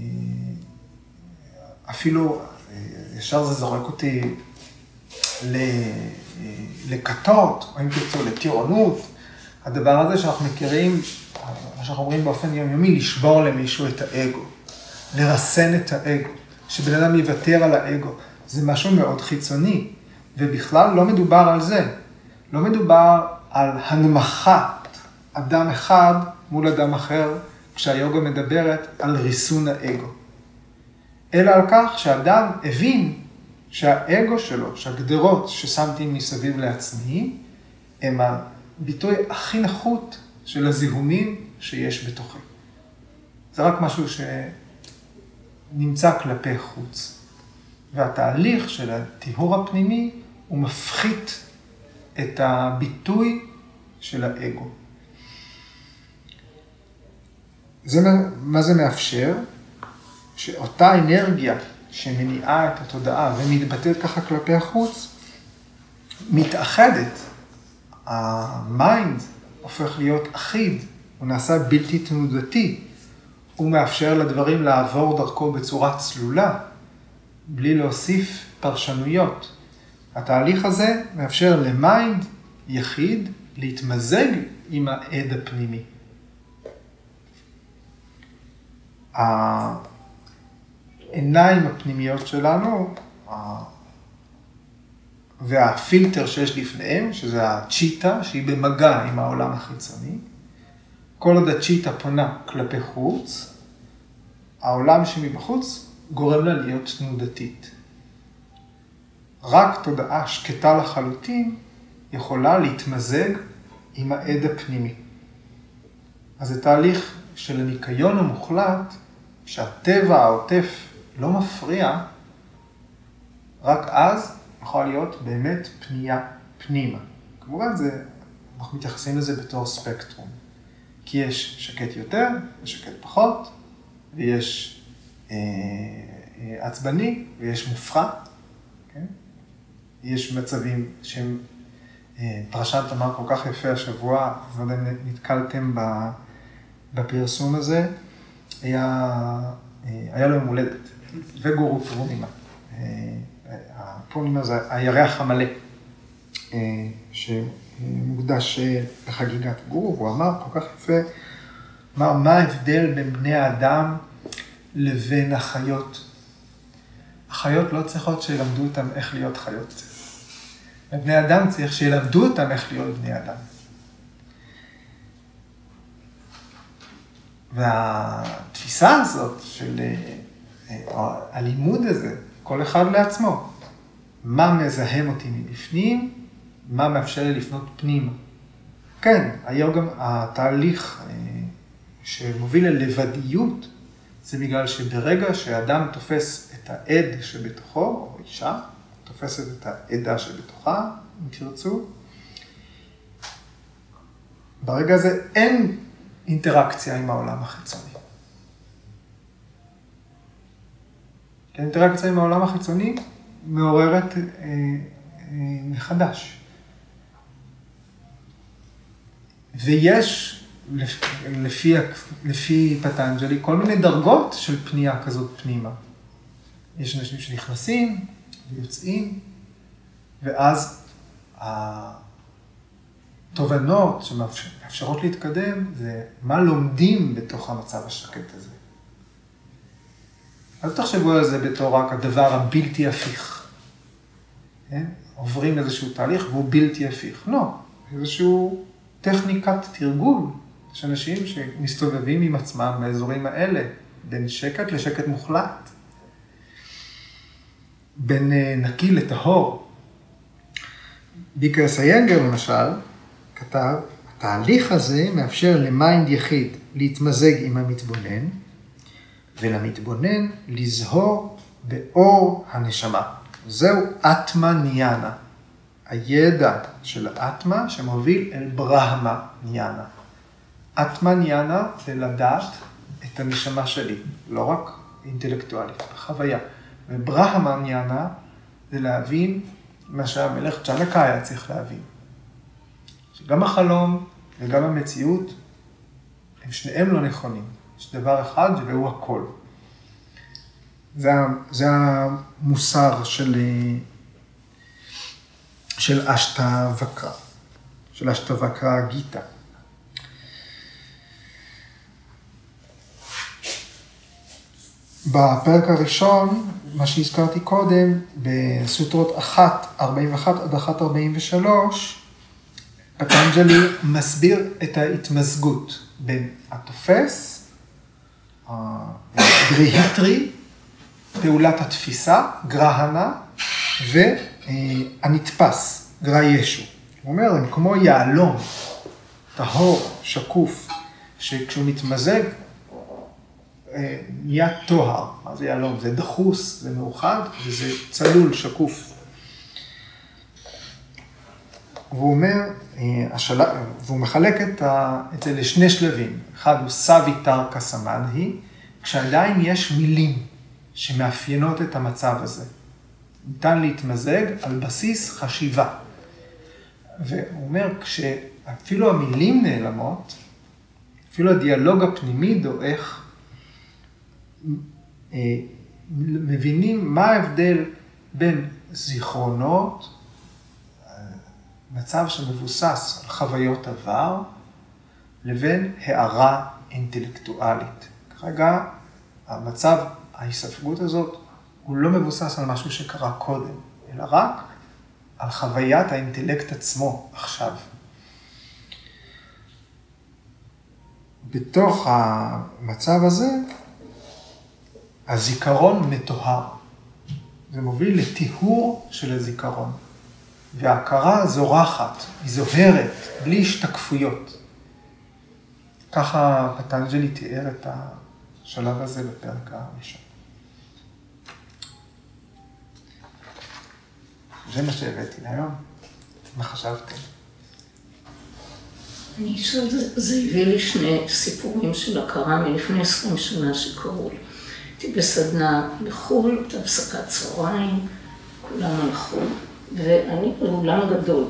אפילו, אה, ישר זה זורק אותי ל, אה, לכתות, או אם תרצו, לטירונות. הדבר הזה שאנחנו מכירים, מה שאנחנו אומרים באופן יומיומי, לשבור למישהו את האגו. לרסן את האגו, שבן אדם יוותר על האגו. זה משהו מאוד חיצוני, ובכלל לא מדובר על זה. לא מדובר על הנמכת אדם אחד מול אדם אחר, כשהיוגה מדברת על ריסון האגו. אלא על כך שאדם הבין שהאגו שלו, שהגדרות ששמתי מסביב לעצמי, הם הביטוי הכי נחות של הזיהומים שיש בתוכי. זה רק משהו ש... נמצא כלפי חוץ. והתהליך של הטיהור הפנימי הוא מפחית את הביטוי של האגו. זה, מה זה מאפשר? שאותה אנרגיה שמניעה את התודעה ומתבטאת ככה כלפי החוץ, מתאחדת. המיינד הופך להיות אחיד, הוא נעשה בלתי תנודתי. הוא מאפשר לדברים לעבור דרכו בצורה צלולה, בלי להוסיף פרשנויות. התהליך הזה מאפשר למיינד יחיד להתמזג עם העד הפנימי. העיניים הפנימיות שלנו, והפילטר שיש לפניהם, שזה הצ'יטה, שהיא במגע עם העולם החיצוני, כל עוד הצ'יטה פונה כלפי חוץ, העולם שמבחוץ גורם לה להיות תנודתית. רק תודעה שקטה לחלוטין יכולה להתמזג עם העד הפנימי. אז זה תהליך של הניקיון המוחלט, שהטבע העוטף לא מפריע, רק אז יכול להיות באמת פנייה פנימה. כמובן זה, אנחנו מתייחסים לזה בתור ספקטרום. כי יש שקט יותר ושקט פחות, ויש אה, אה, עצבני ויש מופחת. כן? יש מצבים שהם, אה, פרשת אמר כל כך יפה השבוע, לא יודע אם נתקלתם בפרסום הזה, היה, אה, היה לו יום הולדת, וגורו פורנימה. אה, הפורנימה זה הירח המלא, אה, ש... מוקדש לחגיגת גורו, הוא אמר כל כך יפה, אמר, מה ההבדל בין בני האדם לבין החיות? החיות לא צריכות שילמדו אותם איך להיות חיות. בני אדם צריך שילמדו אותם איך להיות בני אדם. והתפיסה הזאת של הלימוד הזה, כל אחד לעצמו, מה מזהם אותי מבפנים, מה מאפשר לי לפנות פנימה. כן, היום גם התהליך שמוביל ללבדיות, זה בגלל שברגע שאדם תופס את העד שבתוכו, או אישה, תופסת את העדה שבתוכה, אם תרצו, ברגע הזה אין אינטראקציה עם העולם החיצוני. האינטראקציה עם העולם החיצוני מעוררת אה, אה, מחדש. ויש, לפי, לפי פטנג'לי, כל מיני דרגות של פנייה כזאת פנימה. יש אנשים שנכנסים ויוצאים, ואז התובנות שמאפשרות להתקדם, זה מה לומדים בתוך המצב השקט הזה. אל תחשבו על זה בתור רק הדבר הבלתי הפיך. כן? עוברים איזשהו תהליך והוא בלתי הפיך. לא, איזשהו טכניקת תרגול. יש אנשים שמסתובבים עם עצמם באזורים האלה, בין שקט לשקט מוחלט. בין נקי לטהור. ביקרס איינגר למשל, כתב, התהליך הזה מאפשר למיינד יחיד להתמזג עם המתבונן, ולמתבונן לזהור באור הנשמה. זהו אטמה ניאנה. הידע של האטמה שמוביל אל ברהמה ניאנה. אטמה ניאנה זה לדעת את הנשמה שלי, לא רק אינטלקטואלית, בחוויה. וברהמה ניאנה זה להבין מה שהמלך צ'נקה היה צריך להבין. שגם החלום וגם המציאות הם שניהם לא נכונים. יש דבר אחד והוא הכל. זה, זה המוסר של, של אשטווקרה, של אשטווקרה גיטה. בפרק הראשון, מה שהזכרתי קודם, בסוטרות אחת ארבעים ואחת עד אחת ארבעים ושלוש, פטנג'לי מסביר את ההתמזגות בין התופס, הגריהיטרי, פעולת התפיסה, גרהנה, והנתפס, גריישו. הוא אומר, הם כמו יעלום, טהור, שקוף, שכשהוא מתמזג, נהיה טוהר. מה זה יעלום? זה דחוס, זה מאוחד, וזה צלול, שקוף. והוא אומר, השל... והוא מחלק את, ה... את זה לשני שלבים. אחד הוא סאביטר קסמדהי, כשעדיין יש מילים שמאפיינות את המצב הזה. ניתן להתמזג על בסיס חשיבה. והוא אומר, כשאפילו המילים נעלמות, אפילו הדיאלוג הפנימי דועך, מבינים מה ההבדל בין זיכרונות, מצב שמבוסס על חוויות עבר, לבין הערה אינטלקטואלית. כרגע המצב, ההיספגות הזאת, הוא לא מבוסס על משהו שקרה קודם, אלא רק על חוויית האינטלקט עצמו עכשיו. בתוך המצב הזה, הזיכרון מטוהר. זה מוביל לטיהור של הזיכרון. וההכרה זורחת, היא זוהרת, בלי השתקפויות. ככה פטנג'לי תיאר את השלב הזה בפרק הראשון. זה מה שהבאתי להיום. מה חשבתם? אני חושבת, זה הביא לי שני סיפורים של הכרה מלפני עשרים שנה שקרו לי. הייתי בסדנה בחו"ל, הייתה הפסקת צהריים, כולם הלכו, ואני באולם גדול.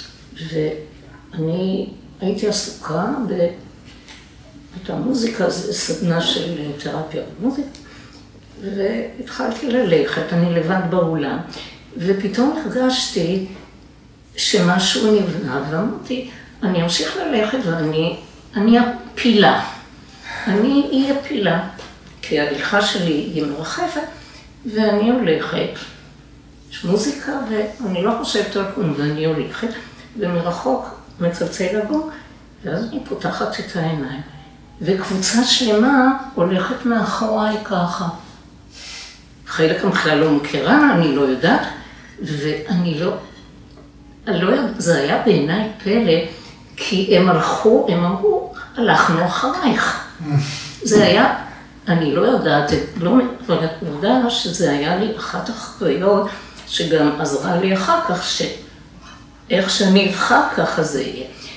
ואני הייתי עסוקה את המוזיקה, זו סדנה של תרפיה במוזיקה, והתחלתי ללכת, אני לבד באולם, ופתאום הרגשתי שמשהו נבנה, ואמרתי, אני אמשיך ללכת ואני אני הפילה. אני היא הפילה, כי ההליכה שלי היא מרחפת, ואני הולכת. יש מוזיקה ואני לא חושבת על כלום, ואני הולכת, ומרחוק מצלצל הגון, ואז אני פותחת את העיניים. וקבוצה שלמה הולכת מאחוריי ככה. חלק בכלל לא מכירה, אני לא יודעת, ואני לא... אני לא יודעת, זה היה בעיניי פלא, כי הם הלכו, הם אמרו, הלכנו אחרייך. זה היה, אני לא יודעת, לא יודעת שזה היה לי אחת החוויות, שגם עזרה לי אחר כך, שאיך שאני אבחר ככה זה יהיה.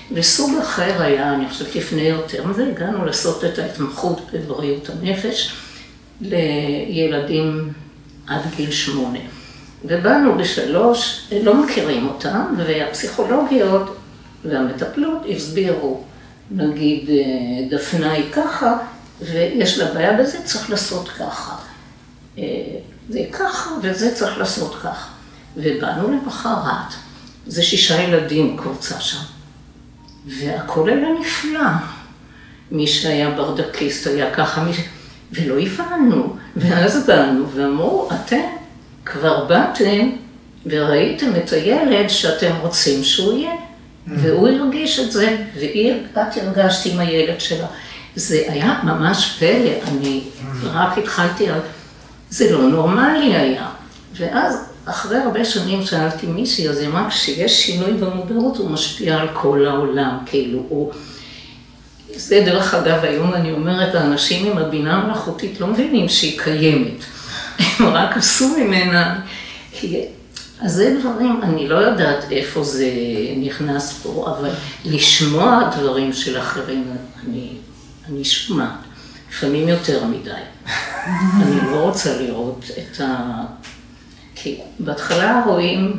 וסוג אחר היה, אני חושבת לפני יותר מזה, הגענו לעשות את ההתמחות בבריאות הנפש לילדים עד גיל שמונה. ובאנו בשלוש, לא מכירים אותם, והפסיכולוגיות והמטפלות הסבירו, נגיד דפנה היא ככה, ויש לה בעיה בזה, צריך לעשות ככה. זה ככה וזה צריך לעשות ככה. ובאנו למחרת, זה שישה ילדים קבוצה שם. והכל היה נפלא. מי שהיה ברדקיסט היה ככה, מי... ולא הבנו. ואז באנו ואמרו, אתם כבר באתם וראיתם את הילד שאתם רוצים שהוא יהיה. והוא הרגיש את זה, ואת הרגשתי עם הילד שלה. זה היה ממש פלא, אני רק התחלתי על... זה לא נורמלי היה. ואז אחרי הרבה שנים שאלתי מישהי, אז היא אמרה, כשיש שינוי במודעות, הוא משפיע על כל העולם, כאילו הוא... זה דרך אגב, היום אני אומרת, האנשים עם הבינה המלאכותית לא מבינים שהיא קיימת. הם רק עשו ממנה, כי... אז זה דברים, אני לא יודעת איפה זה נכנס פה, אבל לשמוע דברים של אחרים, אני, אני שומעת, לפעמים יותר מדי. אני לא רוצה לראות את ה... כי בהתחלה רואים,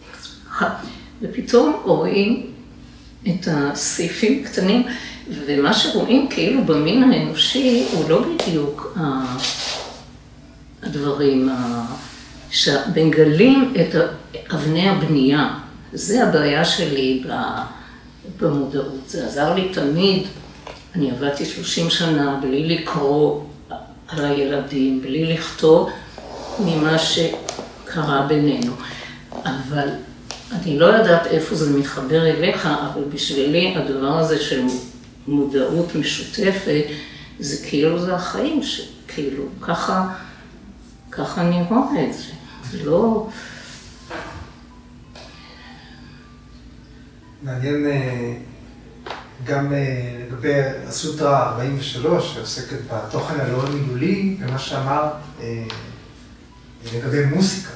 ופתאום רואים את הסעיפים קטנים, ומה שרואים כאילו במין האנושי הוא לא בדיוק הדברים, שמגלים את אבני הבנייה. זה הבעיה שלי במודעות. זה עזר לי תמיד. אני עבדתי שלושים שנה בלי לקרוא על הילדים, בלי לכתוב ממה שקרה בינינו. אבל אני לא יודעת איפה זה מתחבר אליך, אבל בשבילי הדבר הזה של מודעות משותפת, זה כאילו זה החיים, שכאילו ככה, ככה אני רואה את זה. זה לא... מעניין גם לגבי הסוטרה ארבעים ושלוש, שעוסקת בתוכן הלא מילולי, ומה שאמר לגבי מוסיקה.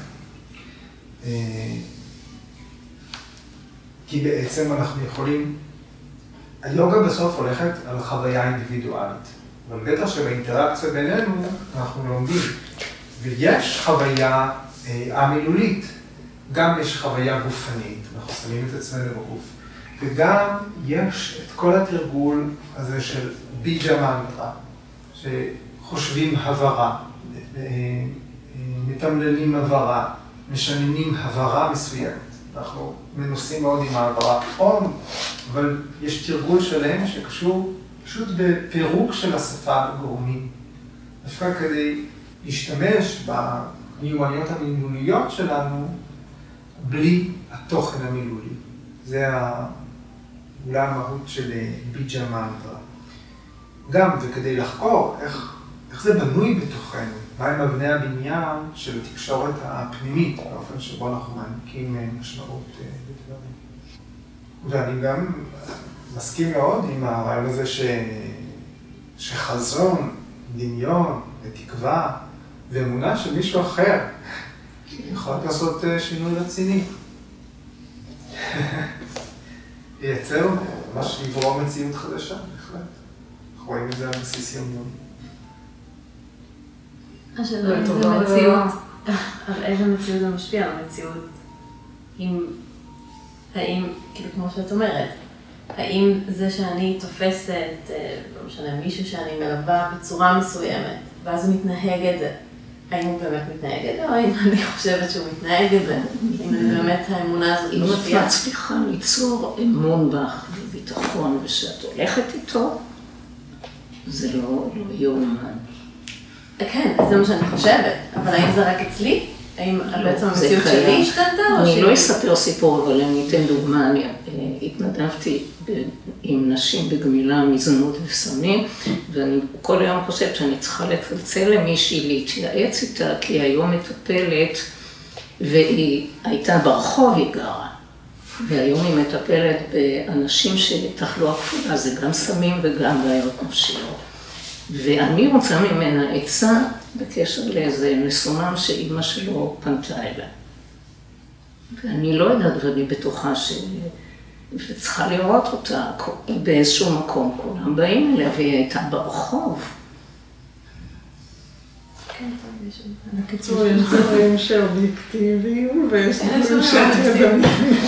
כי בעצם אנחנו יכולים... היוגה בסוף הולכת על חוויה אינדיבידואלית, אבל בטח שבאינטראקציה בינינו אנחנו לומדים. ויש חוויה המילולית, גם יש חוויה גופנית, אנחנו שמים את עצמנו בגוף, וגם יש את כל התרגול הזה של ביג'ה מנטרה, שחושבים הברה, מתמללים הברה, משננים הברה מסוימת. אנחנו מנוסים מאוד עם העברה אום, אבל יש תרגול שלהם שקשור פשוט בפירוק של השפה הגורמית. דווקא כדי להשתמש במיומנויות המילוליות שלנו בלי התוכן המילולי. זה אולי המהות של ביג'ה מנטרה. גם, וכדי לחקור איך, איך זה בנוי בתוכנו, מהם אבני הבניין של התקשורת הפנימית, באופן שבו אנחנו מעניקים משמעות בדברים. ואני גם מסכים מאוד עם הרעיון הזה ש... שחזון, דמיון ותקווה ואמונה של מישהו אחר יכול לעשות שינוי רציני. לייצר, ממש לברוא מציאות חדשה, בהחלט. אנחנו רואים את זה על בסיס יום-יום. השאלה אם זה מציאות, על איזה מציאות זה משפיע, המציאות, אם, האם, כאילו כמו שאת אומרת, האם זה שאני תופסת, לא משנה, מישהו שאני מלווה בצורה מסוימת, ואז הוא מתנהג את זה, האם הוא באמת מתנהג את זה, או האם אני חושבת שהוא מתנהג את זה, אם באמת האמונה הזאת משפיעה. אם את מצליחה ליצור אמון בך וביטחון, ושאת הולכת איתו, זה לא יאומן. כן, זה מה שאני חושבת, אבל האם זה רק אצלי? האם בעצם המציאות שלי השתנתה? אני לא אספר סיפור, אבל אני אתן דוגמה. אני התנדבתי עם נשים בגמילה מזונות וסמים, ואני כל היום חושבת שאני צריכה לצלצל למישהי, להתייעץ איתה, כי היום מטפלת, והיא הייתה ברחוב, היא גרה. והיום היא מטפלת באנשים שתחלואה כפולה, זה גם סמים וגם בעיות נפשיות. ואני רוצה ממנה עצה בקשר לאיזה מסומם שאימא שלו פנתה אליה. ואני לא יודעת, ואני בטוחה ש... וצריכה לראות אותה באיזשהו מקום, כולם באים אליה והיא הייתה ברחוב. בקיצור, יש דברים שאובייקטיביים ויש דברים שאובייקטיביים.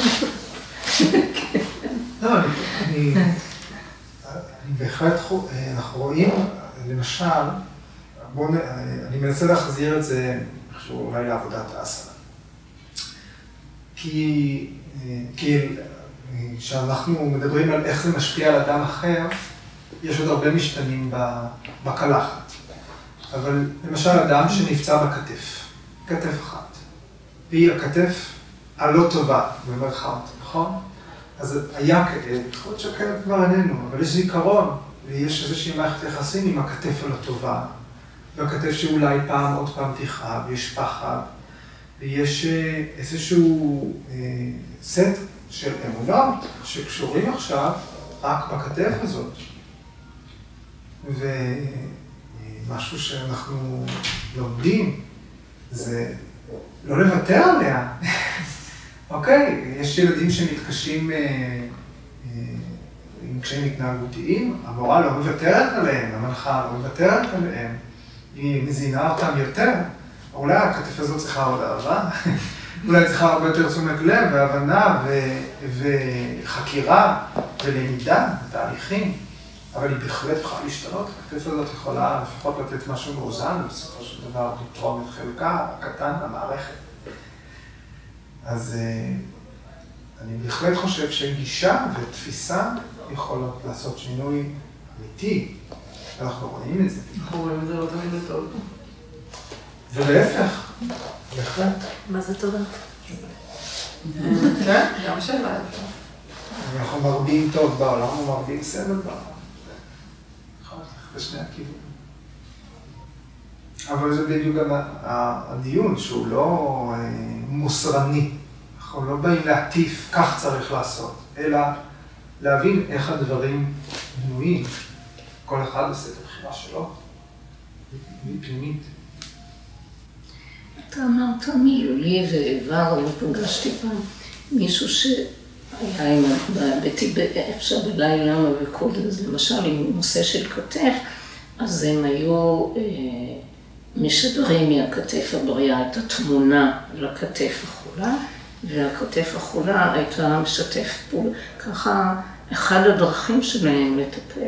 לא, אני בהחלט, אנחנו רואים, למשל, אני מנסה להחזיר את זה איכשהו אולי לעבודת האסנה. כי כשאנחנו מדברים על איך זה משפיע על אדם אחר, יש עוד הרבה משתנים בקלחת. אבל למשל אדם שנפצע בכתף, כתף אחת, והיא הכתף הלא טובה, במרכאות, נכון? אז היה כאב, יכול להיות שהכאב כבר איננו, אבל יש זיכרון, ויש איזושהי מערכת יחסים עם הכתף הלא טובה, והכתף שאולי פעם עוד פעם תכאב, ויש פחד, ויש איזשהו אה, סט של אמונות שקשורים עכשיו רק בכתף הזאת. ומשהו שאנחנו לומדים זה לא לוותר עליה. אוקיי, יש ילדים שמתקשים אה, אה, עם קשיים התנהגותיים, המורה לא מוותרת עליהם, המנחה לא מוותרת עליהם, היא מזינה אותם יותר. אולי הכתף הזאת צריכה עוד אהבה, אולי צריכה הרבה יותר תשומת לב והבנה וחקירה ולמידה ותהליכים, אבל היא בהחלט יכולה להשתנות, הכתף הזאת יכולה לפחות לתת משהו מאוזן, ובסופו של דבר לתרום את חלקה הקטן למערכת. אז אני בהחלט חושב שגישה ותפיסה יכולות לעשות שינוי אמיתי, ואנחנו רואים את זה. אנחנו רואים את זה לא תמיד לטוב. ולהפך, בהחלט. מה זה תודה? כן, גם שאלה. אנחנו מרבים טוב בעולם, ומרבים סבל בעולם. נכון, בשני הכיוונים. אבל זה בדיוק גם הדיון, שהוא לא מוסרני. אנחנו לא באים להטיף, כך צריך לעשות, אלא להבין איך הדברים בנויים. כל אחד עושה את הבחירה שלו, מפנימית. אתה אמרת מילולי ועבר, אני פגשתי פעם מישהו שהיה עם ביתי אפשר בלילה וכל זה, למשל עם נושא של כתף, אז הם היו אה, משדרים מהכתף הבריאה את התמונה לכתף החולה, והכתף החולה הייתה משתף פה, ככה אחד הדרכים שלהם לטפל.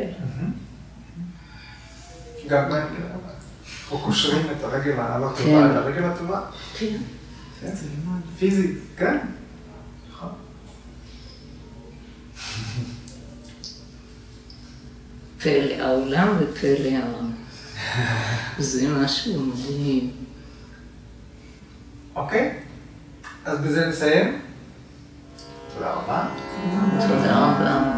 גם או קושרים את הרגל הלא טובה, את הרגל הטובה? כן. פיזית, כן? נכון. פלא העולם ופלא העם. זה משהו מדהים. אוקיי, אז בזה נסיים. תודה רבה. תודה רבה.